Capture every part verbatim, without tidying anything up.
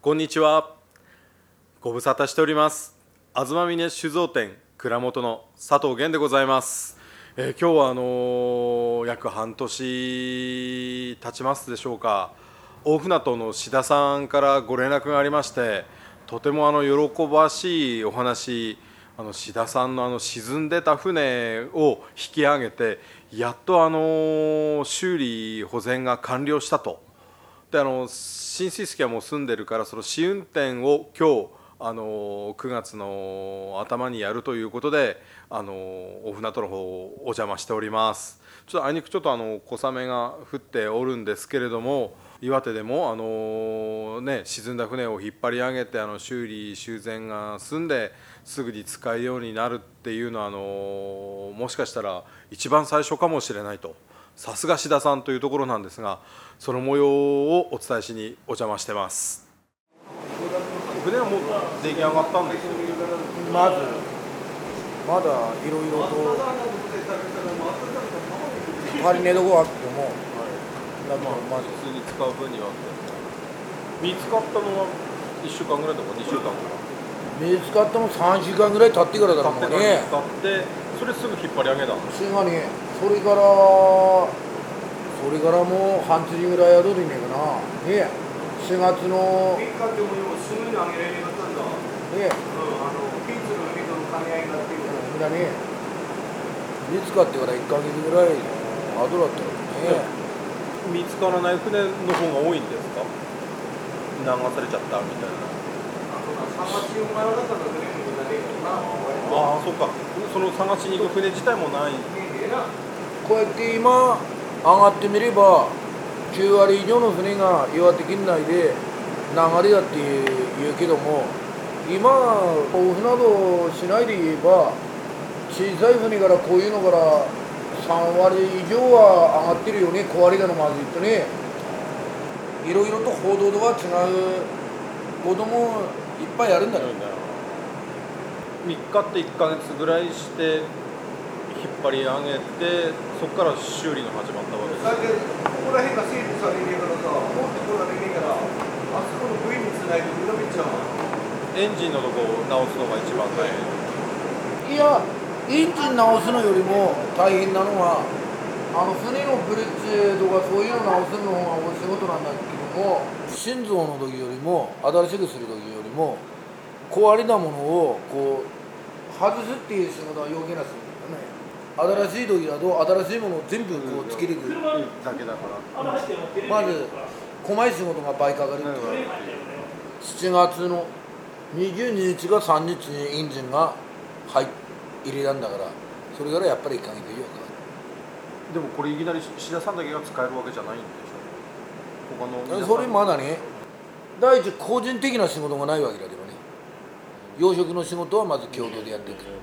こんにちは。ご無沙汰しております。東峰酒造店蔵元の佐藤源でございます。えー、今日はあのー、約半年経ちますでしょうか。大船渡の志田さんからご連絡がありまして、とてもあの喜ばしいお話、あの志田さんのあの沈んでた船を引き上げて、やっとあの修理保全が完了したと。であの新水助はもう済んでるから、その試運転を今日あのくがつの頭にやるということで、あの大船渡の方お邪魔しております。ちょっとあいにくちょっとあの小雨が降っておるんですけれども、岩手でもあの、ね、沈んだ船を引っ張り上げてあの修理修繕が済んですぐに使えるようになるっていうのは、あのもしかしたら一番最初かもしれないと。さすが志田さんというところなんですが、その模様をお伝えしにお邪魔してます。船はもう出来上がったんですよ。 まずまだいろいろと足りねえとこあっても、はい、だからまず普通に使う分には見つかったのはいっしゅうかんぐらいとかにしゅうかんぐらい見つかったのさんしゅうかんぐらい経ってからだろうね。 経ってそれすぐ引っ張り上げたの。 すがにそれからそれからもう半月ぐらいやるでねえかな。ねしがつのみっかってもすぐに上げられなかったんだ。 ねうん、あのピンツの海との兼ね合いがっていう。 だね。見つかってからいっかげつぐらい後だったよね。 見つからない船の方が多いんですか。流されちゃったみたいな。 あとさんがちよんまいだったんだね、みんなでな。 ああ、そっか。その探しに行く船自体もない。 こうやって今上がってみればきゅうわり以上の船が岩手県内で流れだって言うけども、今大船渡市内で言えば小さい船からこういうのからさんわり以上は上がってるよね。壊れたのまずいとね、いろいろと報道とは違うこともいっぱいあるんだよ。 みっかっていっかげつぐらいして引っ張り上げて、そこから修理が始まったわけです。 だけどここら辺が整備されねえからさ、持ってこられねえから、あそこの部位につないで裏めっちゃう。 エンジンのとこを直すのが一番大変。 いや、エンジン直すのよりも大変なのはあの船のブリッジとかそういうの直すのがお仕事なんだけども、心臓の時よりも新しくする時よりも壊れたものをこう外すっていう仕事は余計なするんだよね。新しい時だと新しいものを全部こうつけていくだけだから、 まず細い仕事が倍かかるっていう、しちがつのにじゅうににちかさんにちにエンジンが入入れたんだから、それからやっぱりいっかげつ以上かかる。 でもこれいきなり志田さんだけが使えるわけじゃないんでしょ。他の皆さんそれまだね、第一個人的な仕事がないわけだけどね。養殖の仕事はまず共同でやっていく。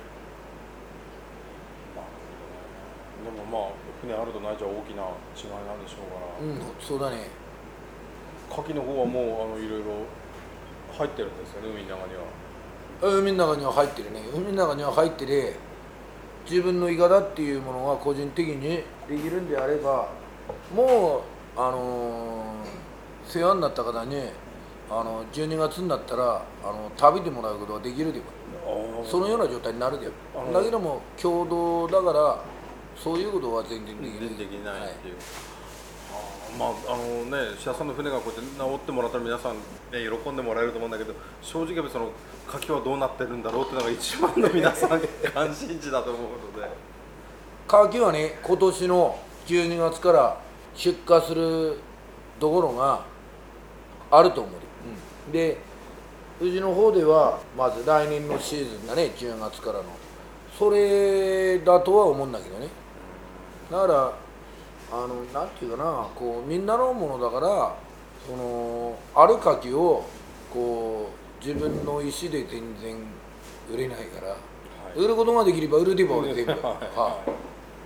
でもまあ船あるとないじゃ大きな違いなんでしょうから。 うん、そうだね。 牡蠣の方はもうあのいろいろ入ってるんですよね、海の中には。 海の中には入ってるね。海の中には入ってて、自分のイカだっていうものが個人的にできるんであれば、もうあのー、世話になった方にあのじゅうにがつになったらあの食べてもらうことができるでも、そのような状態になるでよ。だけども共同だからそういうことは全然できない。 できないっていう。はい、まああのね、志田さんの船がこうやって直ってもらったら皆さん、ね、喜んでもらえると思うんだけど、正直その牡蠣はどうなってるんだろうっていうのが一番の皆さん関心事だと思うので。 牡蠣はね、今年のじゅうにがつから出荷するところがあると思う、うん、でうちの方ではまず来年のシーズンだね、じゅうがつからのそれだとは思うんだけどね。だからあのなんていうかな、こうみんなのものだから、そのある牡蠣をこう自分の意思で全然売れないから、はい、売ることができれば売るでば俺全部、はいはい、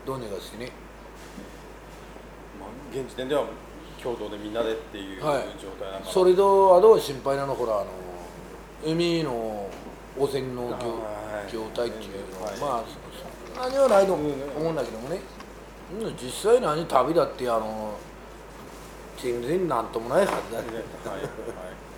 どうにかしてね、 まあ、現時点では共同でみんなでっていう状態だから、はい、 それとあと心配なのほら、あの海の汚染の状態っていうのは、はい、まあそんなにはないと思うんだけどもね、うん、実際何旅だってあの全然なんともないはずだね。はいはい、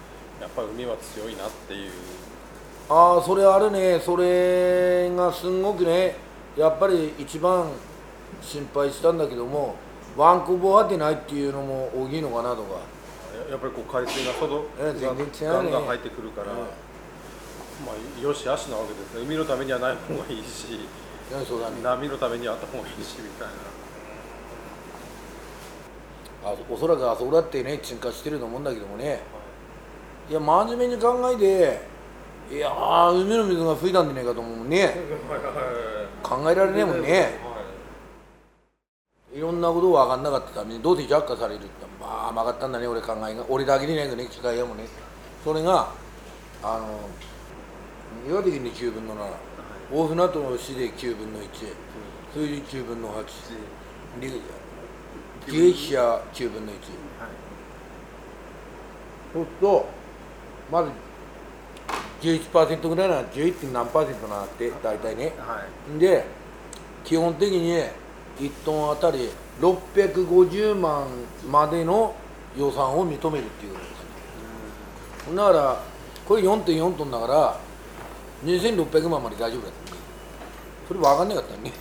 やっぱり海は強いなっていう。 ああそれあるね。それがすんごくねやっぱり一番心配したんだけども、ワンコボ当てないっていうのも大きいのかなとか。 やっぱりこう海水が外え全然違うねガンガン入ってくるから、 うんまあよしあしなわけですね。海のためにはない方がいいし、 いやそうだね。 波のためにはあった方がいいしみたいな。 あおそらくあそこだってね沈下してると思うんだけどもね、いや真面目に考えて、いやー海の水が吹いたんじゃねえかと思うもんね。考えられねえもんね。いろんなことが分かんなかったためにどうせ却下されるって、まあ曲がったんだね俺考えが。俺だけでないけどね機械屋もね。それがあの岩手県できゅうぶんのなな、大船渡の市できゅうぶんのいち、それできゅうぶんのはち、芸者きゅうぶんのいち、そうするとまず じゅういちパーセント ぐらいなら じゅういち. 何パーセントなって大体ね、 はい、 で基本的にいちトンあたりろっぴゃくごじゅうまんまでの予算を認めるっていうことです。だからこれ よんてんよん トンだからにせんろっぴゃくまんまで大丈夫だった。それ分かんなかったね。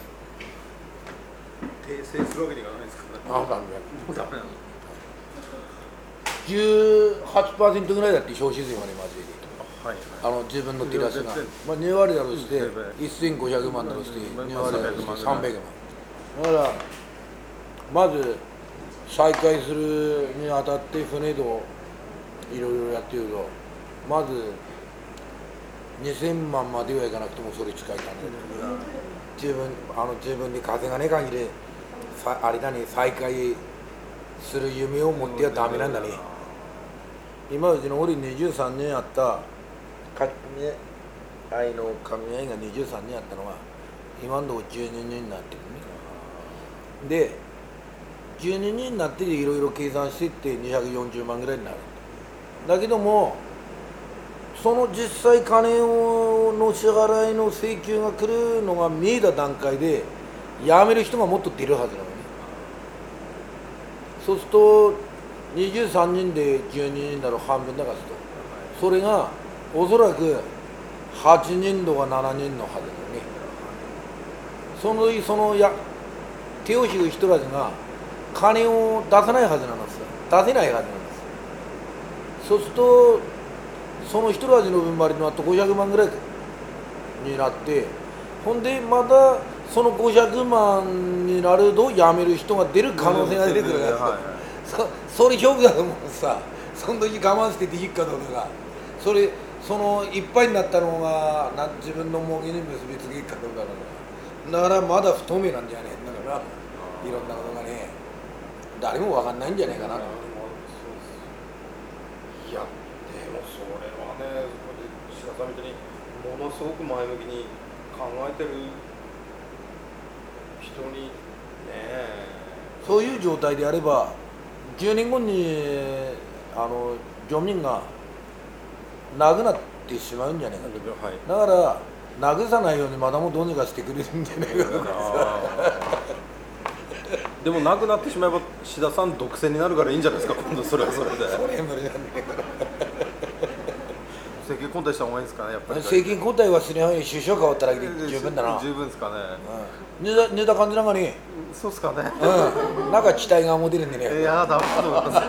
訂正するわけにいかないですからね。 ああダメだ。 もうダメなの。 じゅうはちパーセント ぐらいだって消費税までマジで。 はい、 あの自分の照らしが、 全然まあ、に割だろうしてせんごひゃくまんだろうしてに割だろうしてさんびゃくまんだからまず再開するにあたって船といろいろやってるとまずにせんまんまではいかなくてもそれ近い感じで、自分あの自分で風がね限りさあれだね再開する夢を持ってはダメなんだね。今うちの俺にじゅうさんねんあったかね愛の神合がにじゅうさんねんあったのは今のところじゅうにねんになってるね。でじゅうにねんになっていろいろ計算していってにひゃくよんじゅうまんぐらいになる。だけどもその実際金をの支払いの請求が来るのが見えた段階で辞める人がもっと出るはずなのね。そうするとにじゅうさんにんでじゅうににんだろう半分だからするとそれがおそらくはちにんとかしちにんのはずだよね。そのそのや手を引く人たちが金を出さないはずなんですよ。出せないはずなんです。そうするとその人たちの分までのあとごひゃくまんぐらいになって、ほんでまたそのごひゃくまんになると辞める人が出る可能性が出てくるから、はいはい、そ, それ評価だと思うさ。その時我慢してていいかどうかがそれそのいっぱいになったのがな自分の儲けに結びつけるかどうかだからまだ不透明なんじゃねえんだからいろんなことがね誰も分かんないんじゃねえかなと思って。 いやでもそれはね石田さんみたいにものすごく前向きに考えてる人にねそういう状態であればじゅうねんごにあの漁民がなくなってしまうんじゃないかと、はい、だからなくさないようにまだもどうにかしてくれるんじゃないかとでもなくなってしまえば志田さん独占になるからいいんじゃないですか今度それはそれでそれ無理なんだけど政権交代した方がいいんですかねやっぱり政権交代はするように首相変わっただけで十分だな。 十分ですかね、 うん、寝た寝た感じなんかね。 そうっすかね、 うん、なんか期待が持てるんでね。 いやダメだと思います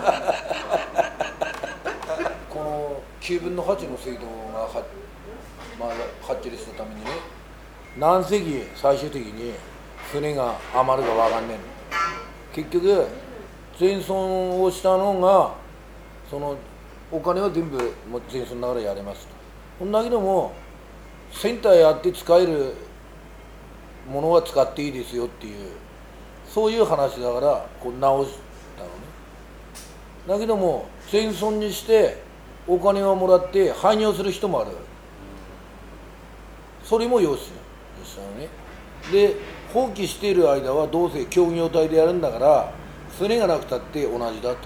このきゅうぶんのはちの制度がは、まあ、はっきりするためにね何隻最終的に船が余るか分かんねえの。結局全損をしたのがそのお金は全部全損ながらやれますと。こんだけでも船体あって使えるものは使っていいですよっていうそういう話だからこう直したのね。だけども全損にしてお金をもらって廃業する人もある。それもよししたのね。で放棄している間はどうせ協業体でやるんだから船がなくたって同じだと。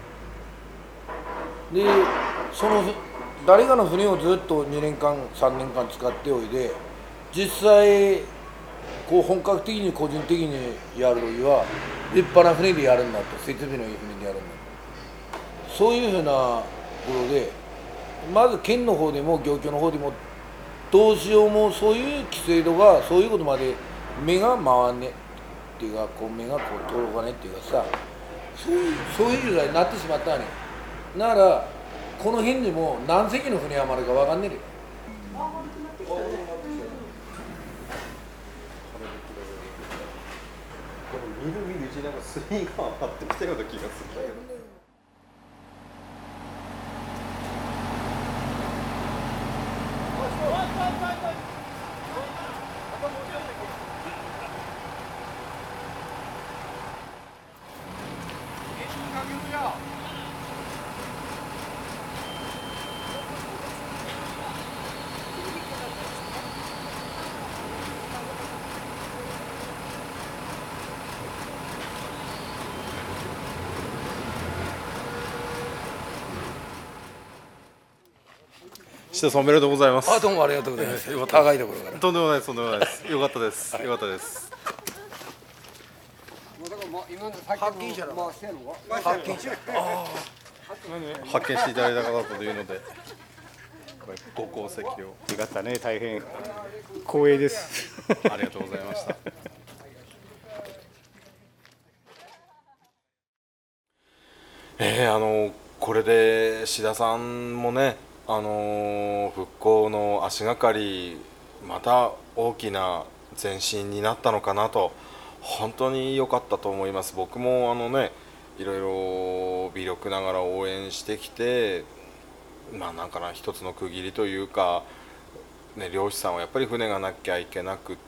でその誰かの船をずっとにねんかんさんねんかん使っておいて実際こう本格的に個人的にやるときは立派な船でやるんだと、設備のいい船でやるんだと、そういうふうなことでまず県の方でも漁協の方でもどうしようもそういう規制度がそういうことまで目が回んねっていうかこう目がこう届かねっていうかさそういうそういう時代になってしまったわね。ならこの辺にも何隻の船余るか分かんねえで。 見る見るうちになんか水位が上がってきたような気がするんだけど。下さんおめでとうございます。 あ、どうもありがとうございます。 よかった。 高いところから。 とんでもないです、とんでもないです。よかったです。よかったです。 発見者の。発見者。 発見していただいた方というので、ご功績を。 よかったね、大変光栄です。 ありがとうございました。えー、あのこれで志田さんもね、あの復興の足がかり、また大きな前進になったのかなと、本当に良かったと思います。僕もあのね、いろいろ微力ながら応援してきて、まあなんかな、一つの区切りというか、ね、漁師さんはやっぱり船がなきゃいけなくって、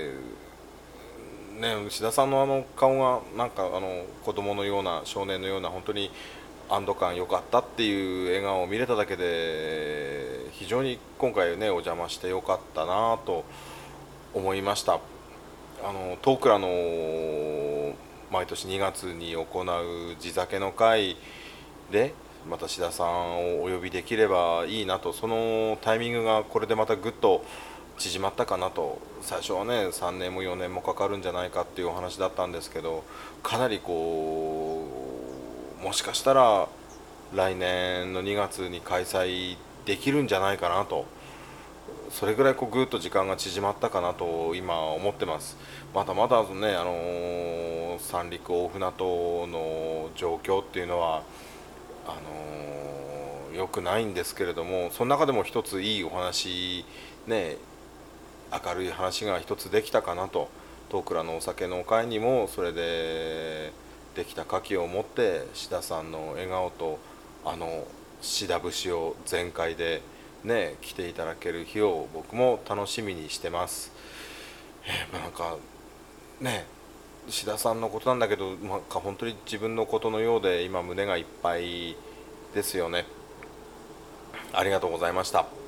ね、志田さんのあの顔がなんかあの子供のような少年のような本当に安堵感良かったっていう笑顔を見れただけで非常に今回ねお邪魔して良かったなと思いました。あの東倉の毎年にがつに行う地酒の会でまた志田さんをお呼びできればいいなと、そのタイミングがこれでまたぐっと縮まったかなと。最初はねさんねんもよねんもかかるんじゃないかっていうお話だったんですけど、かなりこうもしかしたら来年のにがつに開催できるんじゃないかなと、それぐらいこうぐっと時間が縮まったかなと今思ってます。まだまだね、あのー、三陸大船渡の状況っていうのはあのー、良くないんですけれども、その中でも一ついいお話ね、明るい話が一つできたかなと。東倉のお酒の会にもそれでできた牡蠣を持って志田さんの笑顔とあの志田節を全開でね来ていただける日を僕も楽しみにしてます。えー、なんかね志田さんのことなんだけど、なんか本当に自分のことのようで今胸がいっぱいですよね。ありがとうございました。